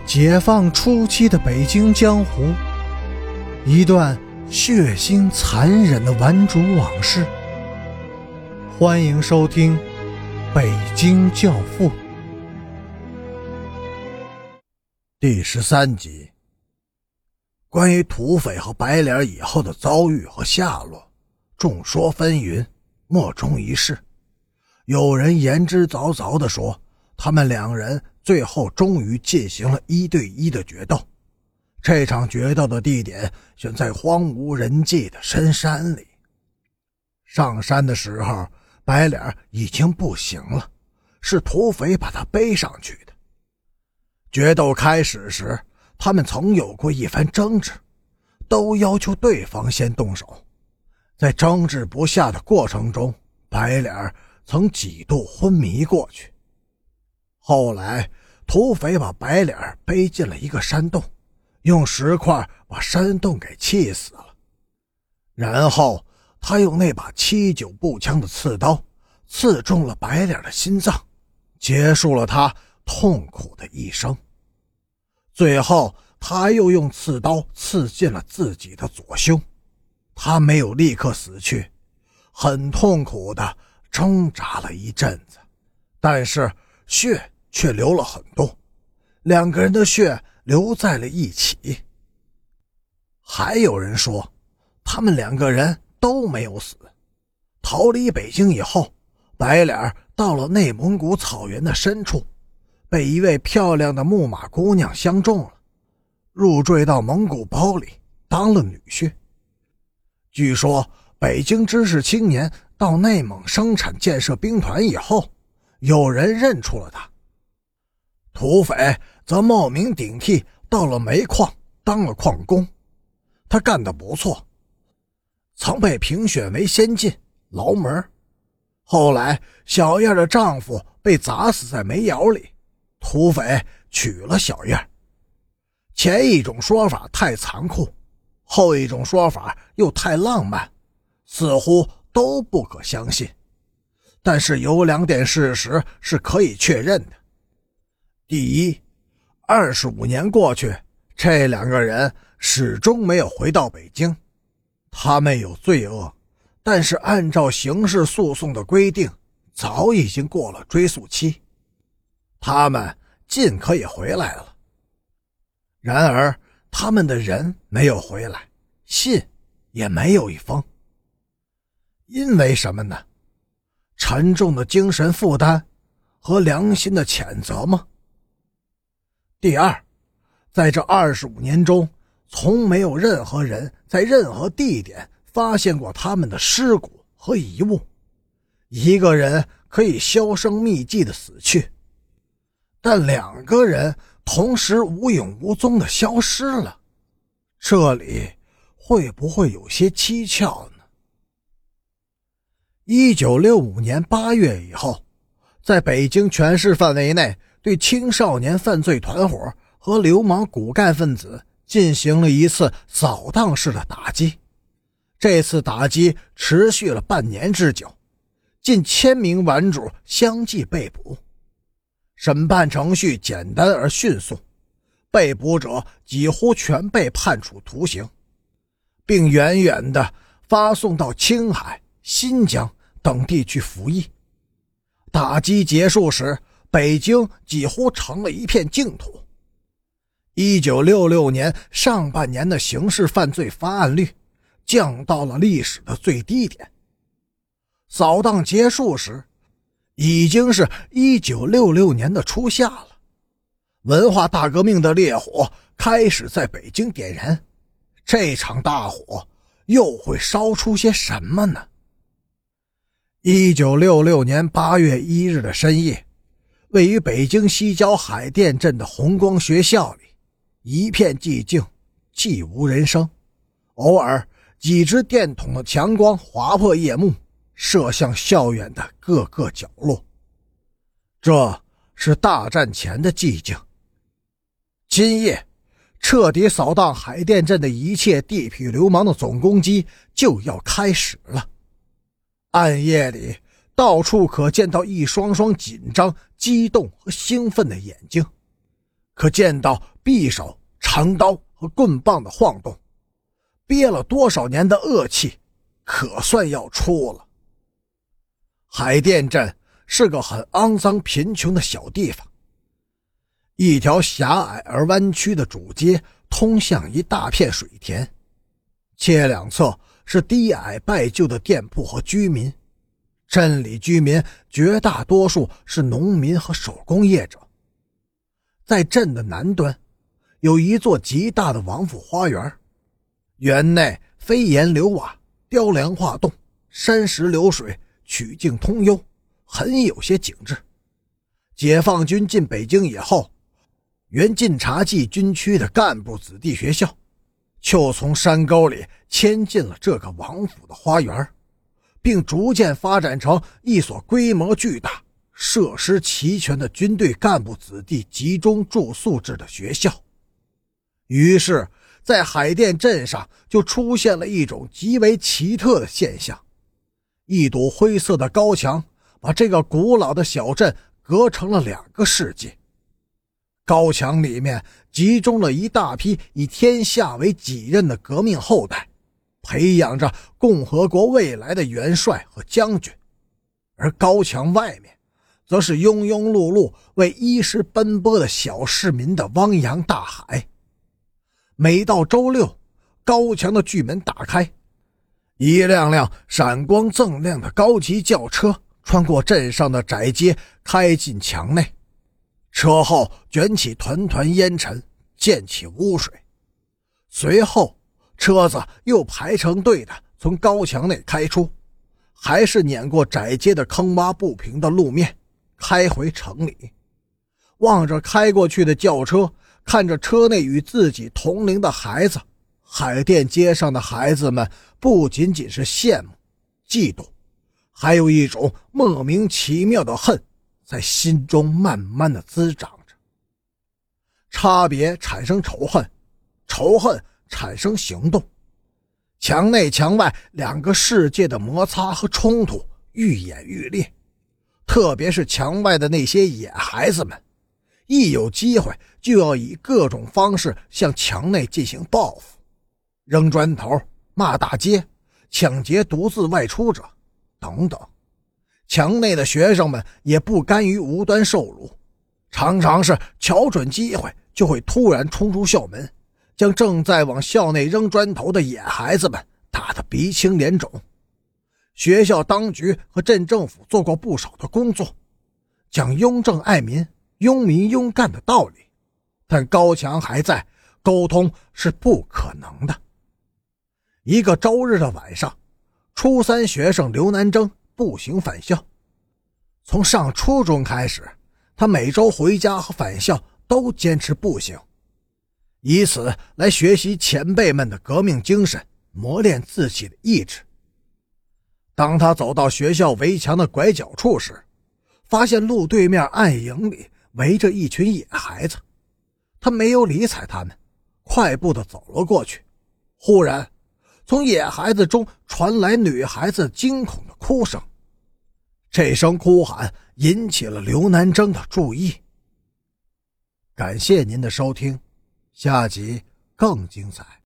解放初期的北京江湖，一段血腥残忍的顽主往事。欢迎收听《北京教父》 第13集。关于土匪和白脸以后的遭遇和下落，众说纷纭，莫衷一是。有人言之凿凿地说，他们两人最后终于进行了1对1的决斗。这场决斗的地点选在荒无人迹的深山里。上山的时候，白脸已经不行了，是土匪把他背上去的。决斗开始时，他们曾有过一番争执，都要求对方先动手。在争执不下的过程中，白脸曾几度昏迷过去。后来土匪把白脸背进了一个山洞，用石块把山洞给砌死了。然后他用那把79步枪的刺刀刺中了白脸的心脏，结束了他痛苦的一生。最后他又用刺刀刺进了自己的左胸。他没有立刻死去，很痛苦地挣扎了一阵子，但是血却流了很多，两个人的血流在了一起。还有人说，他们两个人都没有死。逃离北京以后，白脸到了内蒙古草原的深处，被一位漂亮的牧马姑娘相中了，入赘到蒙古包里当了女婿。据说北京知识青年到内蒙生产建设兵团以后，有人认出了他。土匪则冒名顶替到了煤矿当了矿工，他干得不错，曾被评选为先进劳模。后来小燕的丈夫被砸死在煤窑里，土匪娶了小燕。前一种说法太残酷，后一种说法又太浪漫，似乎都不可相信。但是有2点事实是可以确认的。第一，25年过去，这两个人始终没有回到北京。他们有罪恶，但是按照刑事诉讼的规定，早已经过了追诉期，他们尽可以回来了。然而他们的人没有回来，信也没有一封。因为什么呢？沉重的精神负担和良心的谴责吗？第二，在这25年中，从没有任何人在任何地点发现过他们的尸骨和遗物。一个人可以销声匿迹的死去，但2个人同时无影无踪的消失了，这里会不会有些蹊跷呢？1965年8月以后，在北京全市范围内对青少年犯罪团伙和流氓骨干分子进行了一次扫荡式的打击。这次打击持续了半年之久，近1000名顽主相继被捕。审判程序简单而迅速，被捕者几乎全被判处徒刑，并远远地发送到青海、新疆等地去服役。打击结束时，北京几乎成了一片净土。1966年上半年的刑事犯罪发案率降到了历史的最低点。扫荡结束时，已经是1966年的初夏了。文化大革命的烈火开始在北京点燃，这场大火又会烧出些什么呢？1966年8月1日的深夜，位于北京西郊海淀镇的红光学校里，一片寂静，寂无人声。偶尔几只电筒的强光划破夜幕，射向校园的各个角落。这是大战前的寂静。今夜彻底扫荡海淀镇的一切地痞流氓的总攻击就要开始了。暗夜里到处可见到一双双紧张、激动和兴奋的眼睛，可见到匕首、长刀和棍棒的晃动，憋了多少年的恶气可算要出了。海淀镇是个很肮脏贫穷的小地方，一条狭隘而弯曲的主街通向一大片水田，街两侧是低矮败旧的店铺和居民。镇里居民绝大多数是农民和手工业者。在镇的南端有一座极大的王府花园，园内飞檐流瓦，雕梁画栋，山石流水，曲径通幽，很有些景致。解放军进北京以后，原晋察冀军区的干部子弟学校就从山沟里迁进了这个王府的花园，并逐渐发展成一所规模巨大、设施齐全的军队干部子弟集中住宿制的学校。于是在海淀镇上就出现了一种极为奇特的现象，一堵灰色的高墙把这个古老的小镇隔成了两个世界。高墙里面集中了一大批以天下为己任的革命后代，培养着共和国未来的元帅和将军，而高墙外面则是庸庸碌碌为衣食奔波的小市民的汪洋大海。每到周六，高墙的巨门打开，一辆辆闪光锃亮的高级轿车穿过镇上的窄街，开进墙内。车后卷起团团烟尘，溅起污水。随后车子又排成队的从高墙内开出，还是碾过窄街的坑洼不平的路面，开回城里。望着开过去的轿车，看着车内与自己同龄的孩子，海淀街上的孩子们不仅仅是羡慕、嫉妒，还有一种莫名其妙的恨在心中慢慢的滋长着。差别产生仇恨，仇恨产生行动，墙内墙外两个世界的摩擦和冲突愈演愈烈。特别是墙外的那些野孩子们，一有机会就要以各种方式向墙内进行报复，扔砖头、骂大街、抢劫独自外出者等等。墙内的学生们也不甘于无端受辱，常常是瞧准机会就会突然冲出校门，将正在往校内扔砖头的野孩子们打得鼻青脸肿。学校当局和镇政府做过不少的工作，讲拥政爱民、拥民拥干的道理，但高墙还在，沟通是不可能的。一个周日的晚上，初三学生刘南征步行返校。从上初中开始，他每周回家和返校都坚持步行，以此来学习前辈们的革命精神，磨练自己的意志。当他走到学校围墙的拐角处时，发现路对面暗影里围着一群野孩子。他没有理睬他们，快步地走了过去。忽然从野孩子中传来女孩子惊恐的哭声，这声哭喊引起了刘南征的注意。感谢您的收听，下集更精彩。